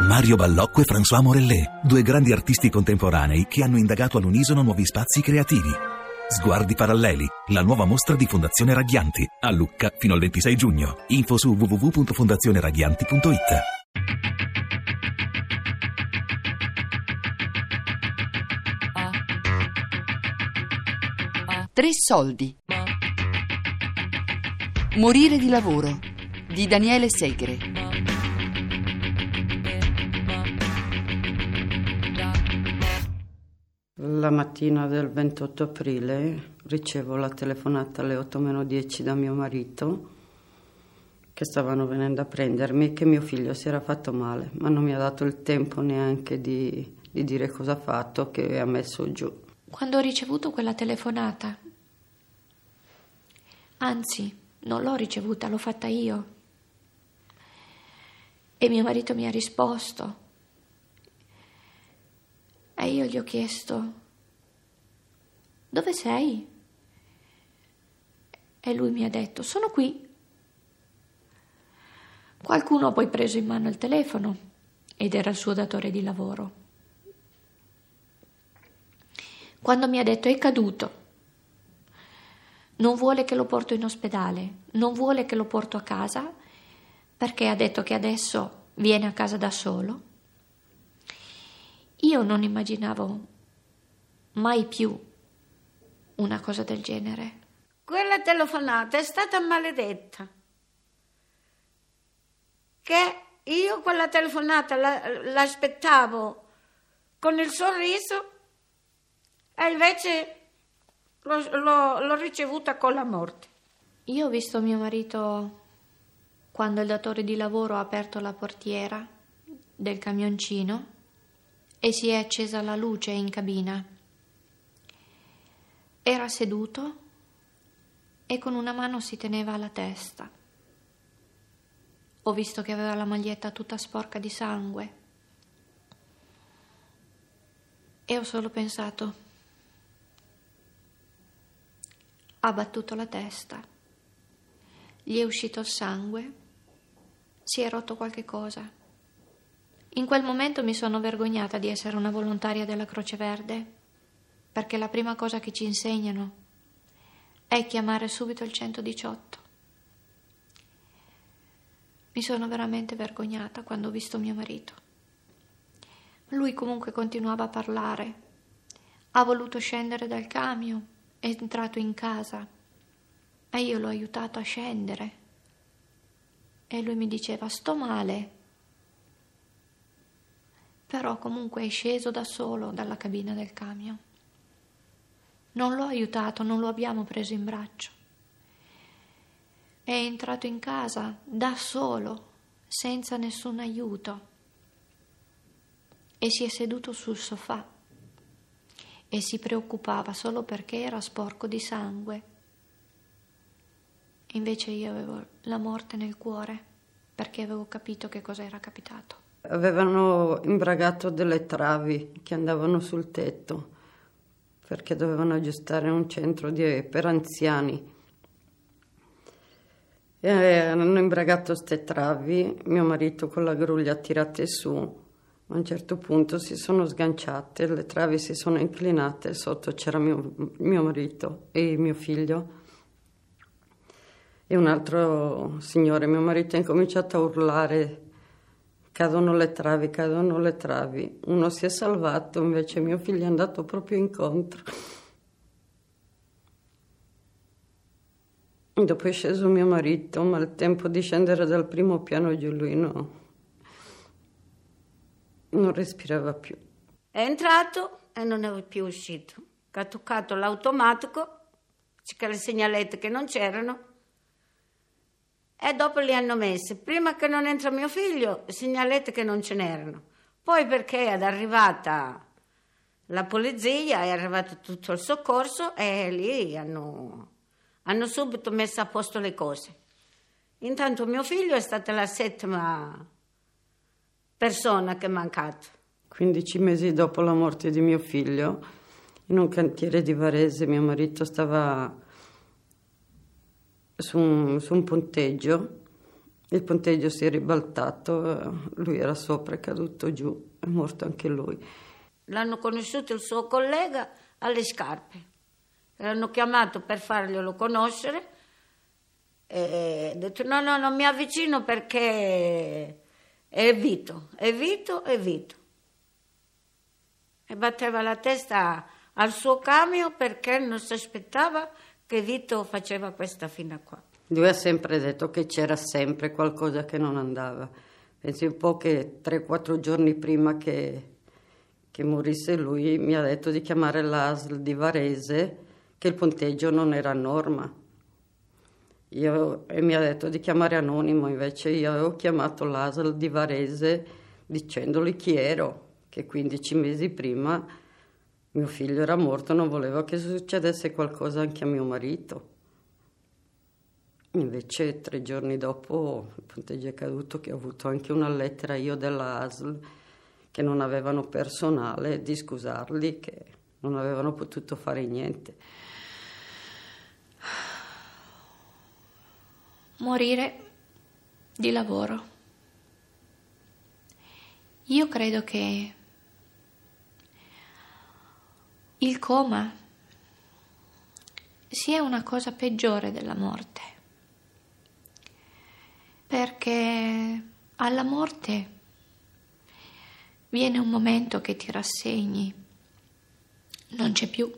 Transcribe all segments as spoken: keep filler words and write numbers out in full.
Mario Ballocco e François Morellet, due grandi artisti contemporanei che hanno indagato all'unisono nuovi spazi creativi. Sguardi paralleli, la nuova mostra di Fondazione Raghianti, a Lucca fino al ventisei giugno. Info su w w w punto fondazione raghianti punto i t. Tre soldi. Morire di lavoro di Daniele Segre. La mattina del ventotto aprile ricevo la telefonata alle otto meno dieci da mio marito, che stavano venendo a prendermi e che mio figlio si era fatto male, ma non mi ha dato il tempo neanche di, di dire cosa ha fatto, che ha messo giù. Quando ho ricevuto quella telefonata, anzi, non l'ho ricevuta, l'ho fatta io. E mio marito mi ha risposto. E io gli ho chiesto: dove sei? E lui mi ha detto: sono qui. Qualcuno ha poi preso in mano il telefono ed era il suo datore di lavoro. Quando mi ha detto: è caduto, non vuole che lo porto in ospedale, non vuole che lo porto a casa, perché ha detto che adesso viene a casa da solo, io non immaginavo mai più una cosa del genere. Quella telefonata è stata maledetta, che io quella telefonata la, l'aspettavo con il sorriso e invece l'ho, l'ho, l'ho ricevuta con la morte. Io ho visto mio marito quando il datore di lavoro ha aperto la portiera del camioncino e si è accesa la luce in cabina. Era seduto e con una mano si teneva la testa. Ho visto che aveva la maglietta tutta sporca di sangue e ho solo pensato: ha battuto la testa, gli è uscito il sangue, si è rotto qualche cosa. In quel momento mi sono vergognata di essere una volontaria della Croce Verde, perché la prima cosa che ci insegnano è chiamare subito il centodiciotto. Mi sono veramente vergognata quando ho visto mio marito. Lui comunque continuava a parlare. Ha voluto scendere dal camion, è entrato in casa e io l'ho aiutato a scendere. E lui mi diceva: sto male. Però comunque è sceso da solo dalla cabina del camion. Non l'ho aiutato, non lo abbiamo preso in braccio. È entrato in casa da solo, senza nessun aiuto. E si è seduto sul sofà e si preoccupava solo perché era sporco di sangue. Invece io avevo la morte nel cuore, perché avevo capito che cosa era capitato. Avevano imbragato delle travi che andavano sul tetto, perché dovevano aggiustare un centro di, per anziani. E hanno imbragato ste travi, mio marito con la gru le ha tirate su. A un certo punto si sono sganciate, le travi si sono inclinate, sotto c'era mio, mio marito e mio figlio. E un altro signore, mio marito, ha incominciato a urlare: cadono le travi, cadono le travi. Uno si è salvato, invece mio figlio è andato proprio incontro. Dopo è sceso mio marito, ma il tempo di scendere dal primo piano giù lui no, non respirava più. È entrato e non è più uscito. Ha toccato l'automatico, c'è le segnalette che non c'erano, e dopo li hanno messi. Prima che non entra mio figlio, segnalette che non ce n'erano. Poi perché è arrivata la polizia, è arrivato tutto il soccorso e lì hanno, hanno subito messo a posto le cose. Intanto mio figlio è stata la settima persona che è mancata. quindici mesi dopo la morte di mio figlio, in un cantiere di Varese, mio marito stava su un, su un ponteggio Il ponteggio si è ribaltato, lui era sopra, è caduto giù, è morto anche lui. L'hanno conosciuto il suo collega alle scarpe. L'hanno chiamato per farglielo conoscere e ha detto no, no, non mi avvicino perché è Vito, è Vito, è Vito. E batteva la testa al suo camion perché non si aspettava che Vito faceva questa fine qua. Lui ha sempre detto che c'era sempre qualcosa che non andava. Pensi un po' che tre quattro giorni prima che, che morisse lui mi ha detto di chiamare l'A S L di Varese, che il ponteggio non era a norma. Io, e mi ha detto di chiamare Anonimo, invece io avevo chiamato l'A S L di Varese dicendogli chi ero, che quindici mesi prima mio figlio era morto, non volevo che succedesse qualcosa anche a mio marito. Invece tre giorni dopo il ponteggio è caduto, che ho avuto anche una lettera io della A S L che non avevano personale, di scusarli che non avevano potuto fare niente. Morire di lavoro. Io credo che il coma sia una cosa peggiore della morte, perché alla morte viene un momento che ti rassegni, non c'è più,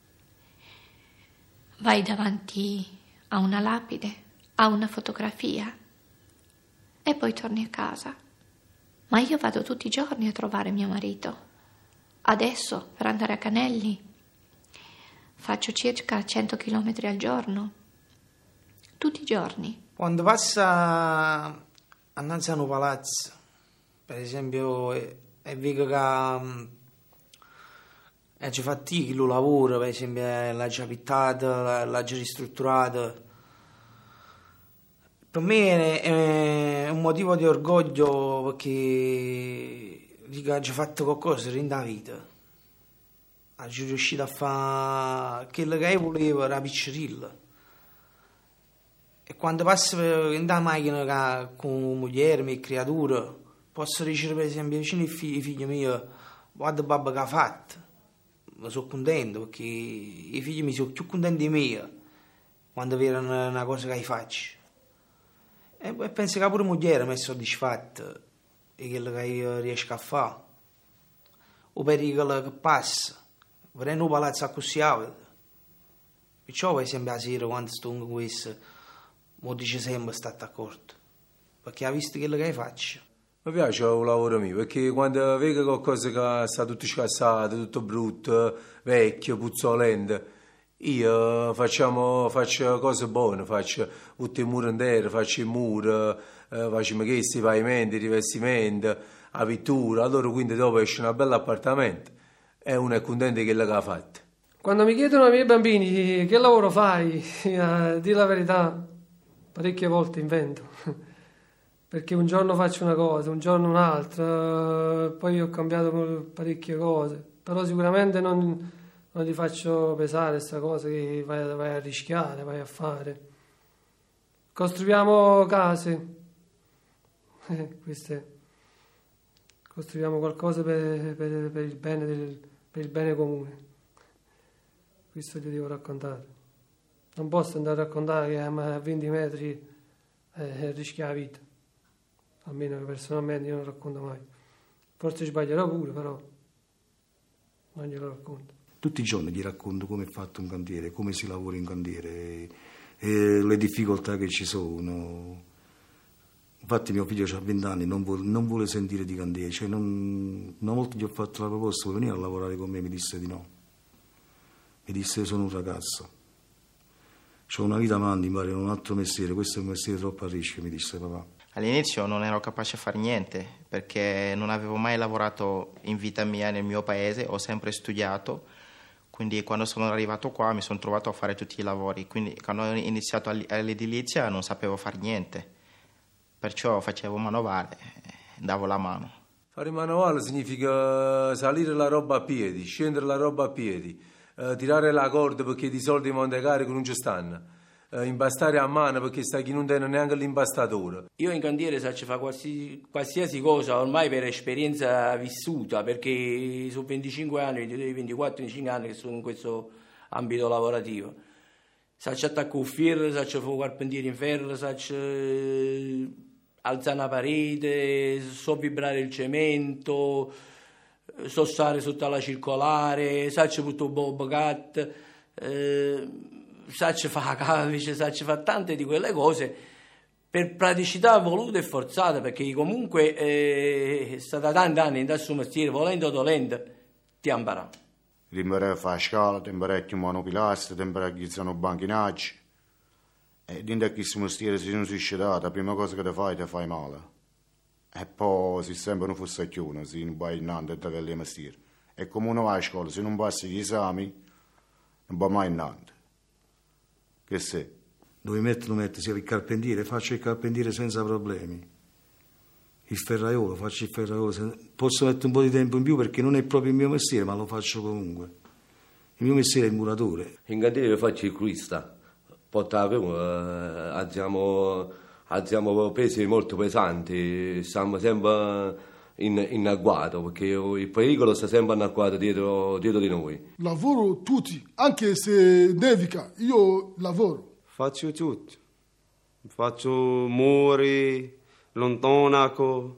vai davanti a una lapide, a una fotografia e poi torni a casa. Ma io vado tutti i giorni a trovare mio marito. Adesso, per andare a Canelli, faccio circa cento chilometri al giorno, tutti i giorni. Quando passa innanzi a un palazzo, per esempio, e, e vedo che um, è già fatica il lavoro, per esempio, l'ha già pittata, l'ha già ristrutturata, per me è, è un motivo di orgoglio perché dico ha già fatto qualcosa dentro la vita, ha già riuscito a fare quello che io volevo, era piccirilla. E quando passo in la macchina con moglie, mia creatura, posso ricevere per esempio vicino ai figli, figli miei, guarda babbo che ha fatto, ma sono contento perché i figli mi sono più contenti di me quando vedono una cosa che faccio. E penso che pure moglie mi è soddisfatta di quello che io riesco a fare, o per quello che passa, vorrei un palazzo così alto. Perciò per esempio la sera quando sto con questo, mi dice sempre state d'accordo, perché ha visto quello che faccio. Mi piace il lavoro mio, perché quando vedo qualcosa che sta tutto scassato, tutto brutto, vecchio, puzzolente, io facciamo, faccio cose buone, faccio tutti i muri interi, faccio i muri, eh, faccio questi, i pavimenti, i rivestimenti, la pittura, allora quindi dopo esce un bel appartamento e uno è contento di quello che ha fatto. Quando mi chiedono i miei bambini che lavoro fai, eh, di la verità, parecchie volte invento, perché un giorno faccio una cosa, un giorno un'altra, poi ho cambiato parecchie cose, però sicuramente non, non ti faccio pesare questa cosa che vai, vai a rischiare, vai a fare. Costruiamo case, eh, queste, costruiamo qualcosa per, per, per, il bene del, per il bene comune, questo ti devo raccontare. Non posso andare a raccontare che a venti metri eh, rischia la vita. Almeno che personalmente io non racconto mai. Forse sbaglierò pure, però non glielo racconto. Tutti i giorni gli racconto come è fatto un cantiere, come si lavora in cantiere, e, e le difficoltà che ci sono. Infatti mio figlio ha venti anni, non vuole, non vuole sentire di cantiere. Cioè non, una volta gli ho fatto la proposta, vuoi venire a lavorare con me? Mi disse di no. Mi disse sono un ragazzo. C'ho una vita avanti, impari un altro mestiere, questo è un mestiere troppo a rischio, mi disse papà. All'inizio non ero capace a fare niente, perché non avevo mai lavorato in vita mia nel mio paese, ho sempre studiato, quindi quando sono arrivato qua mi sono trovato a fare tutti i lavori, quindi quando ho iniziato all'edilizia non sapevo fare niente, perciò facevo manovale, davo la mano. Fare manovale significa salire la roba a piedi, scendere la roba a piedi, Uh, tirare la corda perché di soldi in Monte Carico non ci stanno, uh, eh, impastare a mano perché sta chi non tiene neanche l'impastatore. Io in cantiere saccio fare qualsiasi, qualsiasi cosa ormai per esperienza vissuta, perché sono venticinque anni, ventiquattro venticinque anni che sono in questo ambito lavorativo. Saccio attaccare un ferro, saccio fare carpentiere in ferro, saccio eh, alzare una parete, so vibrare il cemento, so stare sotto la circolare, saccio tutto bob cat, eh, saccio fare cavice, saccio fare tante di quelle cose per praticità voluta e forzata, perché comunque eh, è stata tanti anni in questo mestiere, volendo o dolendo, ti impara. Ti impari a fare scala, ti impari a chiamare pilastri, ti impari a chiamare banchinaggi. E dentro a questo mestiere, se non sei scedato, la prima cosa che ti fai, ti fai male. E poi, se sempre non fosse chiuso, se non vai innanzi a quel mestiere. È come uno va a scuola, se non passi gli esami, non va mai innanzi. Che sei? Dove metto, lo metto, sia il carpentiere, faccio il carpentiere senza problemi. Il ferraiolo, faccio il ferraiolo. Senza... Posso mettere un po' di tempo in più perché non è proprio il mio mestiere, ma lo faccio comunque. Il mio mestiere è il muratore. In cantiere faccio il crista. Portare, eh, alziamo, alziamo pesi molto pesanti, stiamo sempre in, in agguato, perché il pericolo sta sempre in agguato dietro, dietro di noi. Lavoro tutti, anche se nevica, io lavoro. Faccio tutto, faccio muri, lontonaco,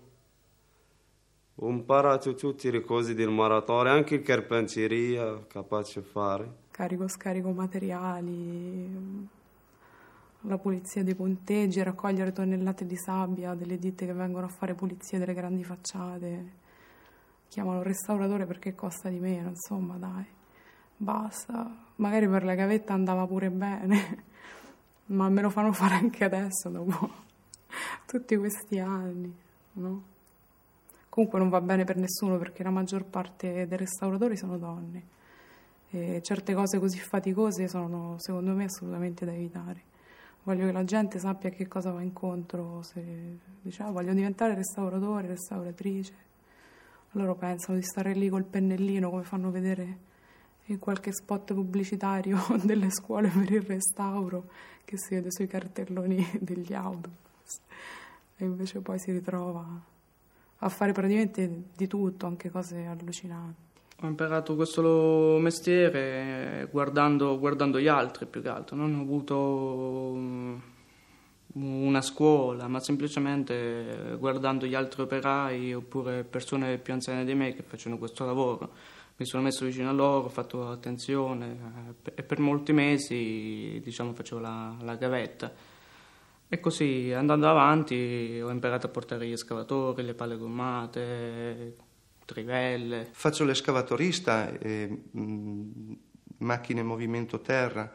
ho imparato tutte le cose del maratone, anche il carpenteria capace di fare. Carico, scarico materiali, la pulizia dei ponteggi, raccogliere tonnellate di sabbia delle ditte che vengono a fare pulizia delle grandi facciate. Chiamano il restauratore perché costa di meno, insomma, dai, basta. Magari per la gavetta andava pure bene, ma me lo fanno fare anche adesso, dopo tutti questi anni, no? Comunque non va bene per nessuno, perché la maggior parte dei restauratori sono donne e certe cose così faticose sono, secondo me, assolutamente da evitare. Voglio che la gente sappia a che cosa va incontro, se dice ah, voglio diventare restauratore, restauratrice. Loro pensano di stare lì col pennellino, come fanno vedere in qualche spot pubblicitario delle scuole per il restauro che si vede sui cartelloni degli autobus. E invece poi si ritrova a fare praticamente di tutto, anche cose allucinanti. Ho imparato questo mestiere guardando, guardando gli altri, più che altro. Non ho avuto una scuola, ma semplicemente guardando gli altri operai oppure persone più anziane di me che facevano questo lavoro. Mi sono messo vicino a loro, ho fatto attenzione e per molti mesi, diciamo, facevo la, la gavetta. E così, andando avanti, ho imparato a portare gli escavatori, le pale gommate, trivelle. Faccio l'escavatorista, eh, mh, macchine in movimento terra.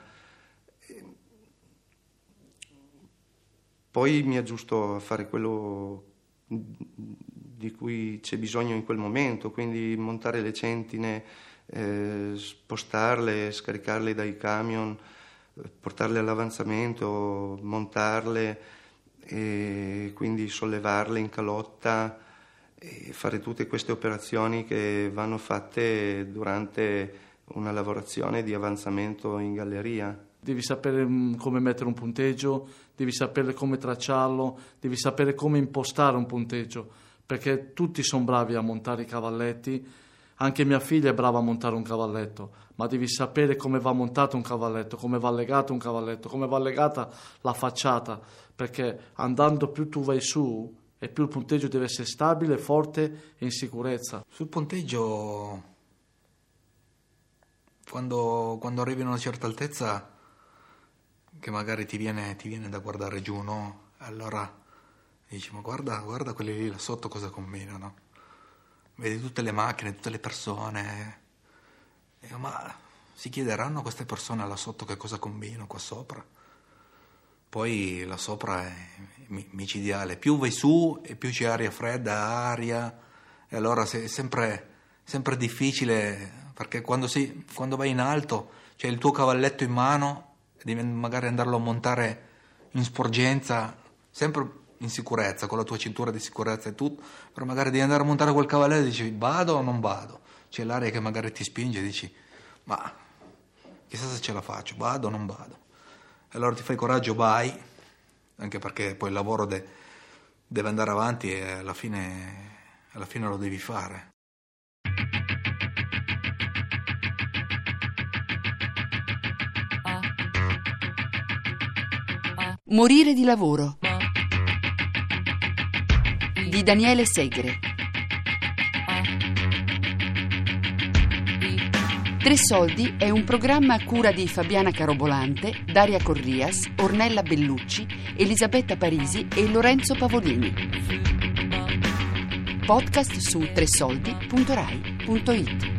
Poi mi aggiusto a fare quello di cui c'è bisogno in quel momento, quindi montare le centine, eh, spostarle, scaricarle dai camion, portarle all'avanzamento, montarle e quindi sollevarle in calotta e fare tutte queste operazioni che vanno fatte durante una lavorazione di avanzamento in galleria. Devi sapere come mettere un punteggio, devi sapere come tracciarlo, devi sapere come impostare un punteggio, perché tutti sono bravi a montare i cavalletti, anche mia figlia è brava a montare un cavalletto, ma devi sapere come va montato un cavalletto, come va legato un cavalletto, come va legata la facciata, perché andando più tu vai su e più il punteggio deve essere stabile, forte e in sicurezza. Sul punteggio, quando, quando arrivi a una certa altezza, che magari ti viene, ti viene da guardare giù, no? Allora dici, ma guarda, guarda quelli lì là sotto cosa combinano. Vedi tutte le macchine, tutte le persone. E dico, ma si chiederanno queste persone là sotto che cosa combinano qua sopra? Poi là sopra è micidiale. Più vai su e più c'è aria fredda, aria. E allora è sempre, sempre difficile, perché quando, sei, quando vai in alto c'è il tuo cavalletto in mano, devi magari andarlo a montare in sporgenza, sempre in sicurezza, con la tua cintura di sicurezza e tutto, però magari devi andare a montare quel cavalletto e dici vado o non vado? C'è l'aria che magari ti spinge e dici ma chissà se ce la faccio, vado o non vado? allora ti fai coraggio, vai, anche perché poi il lavoro de- deve andare avanti e alla fine, alla fine lo devi fare. Morire di lavoro di Daniele Segre. Tre soldi è un programma a cura di Fabiana Carobolante, Daria Corrias, Ornella Bellucci, Elisabetta Parisi e Lorenzo Pavolini. Podcast su tresoldi punto rai punto it.